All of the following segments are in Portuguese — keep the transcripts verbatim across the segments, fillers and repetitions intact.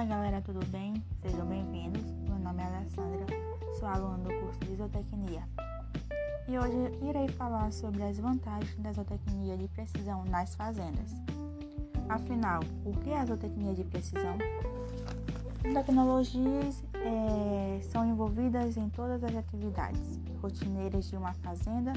Olá galera, tudo bem? Sejam bem-vindos. Meu nome é Alessandra, sou aluna do curso de Zootecnia e hoje irei falar sobre as vantagens da zootecnia de precisão nas fazendas. Afinal, o que é a zootecnia de precisão? Tecnologias é, são envolvidas em todas as atividades rotineiras de uma fazenda,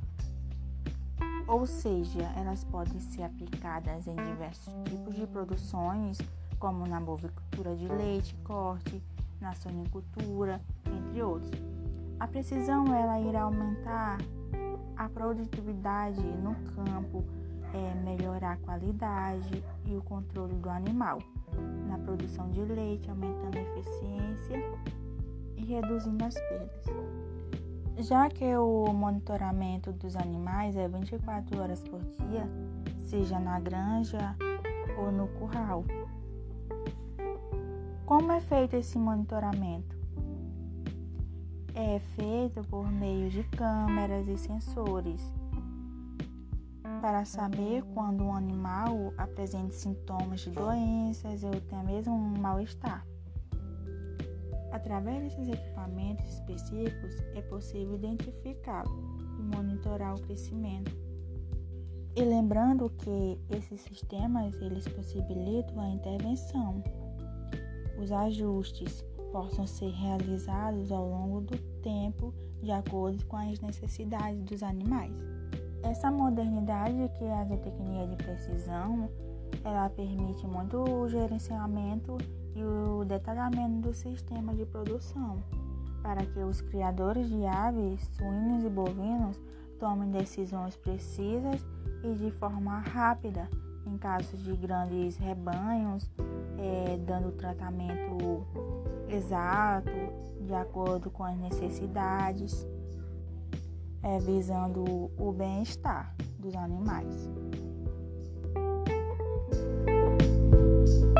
ou seja, elas podem ser aplicadas em diversos tipos de produções, como na bovicultura de leite, corte, na suinicultura, entre outros. A precisão ela irá aumentar a produtividade no campo, é, melhorar a qualidade e o controle do animal, na produção de leite, aumentando a eficiência e reduzindo as perdas. Já que o monitoramento dos animais é vinte e quatro horas por dia, seja na granja ou no curral. Como é feito esse monitoramento? É feito por meio de câmeras e sensores para saber quando um animal apresenta sintomas de doenças ou até mesmo um mal-estar. Através desses equipamentos específicos é possível identificá-lo e monitorar o crescimento. E lembrando que esses sistemas eles possibilitam a intervenção. Os ajustes possam ser realizados ao longo do tempo de acordo com as necessidades dos animais. Essa modernidade que é a zootecnia de precisão, ela permite muito o gerenciamento e o detalhamento do sistema de produção, para que os criadores de aves, suínos e bovinos tomem decisões precisas e de forma rápida, em casos de grandes rebanhos, é, dando tratamento exato, de acordo com as necessidades, é, visando o bem-estar dos animais.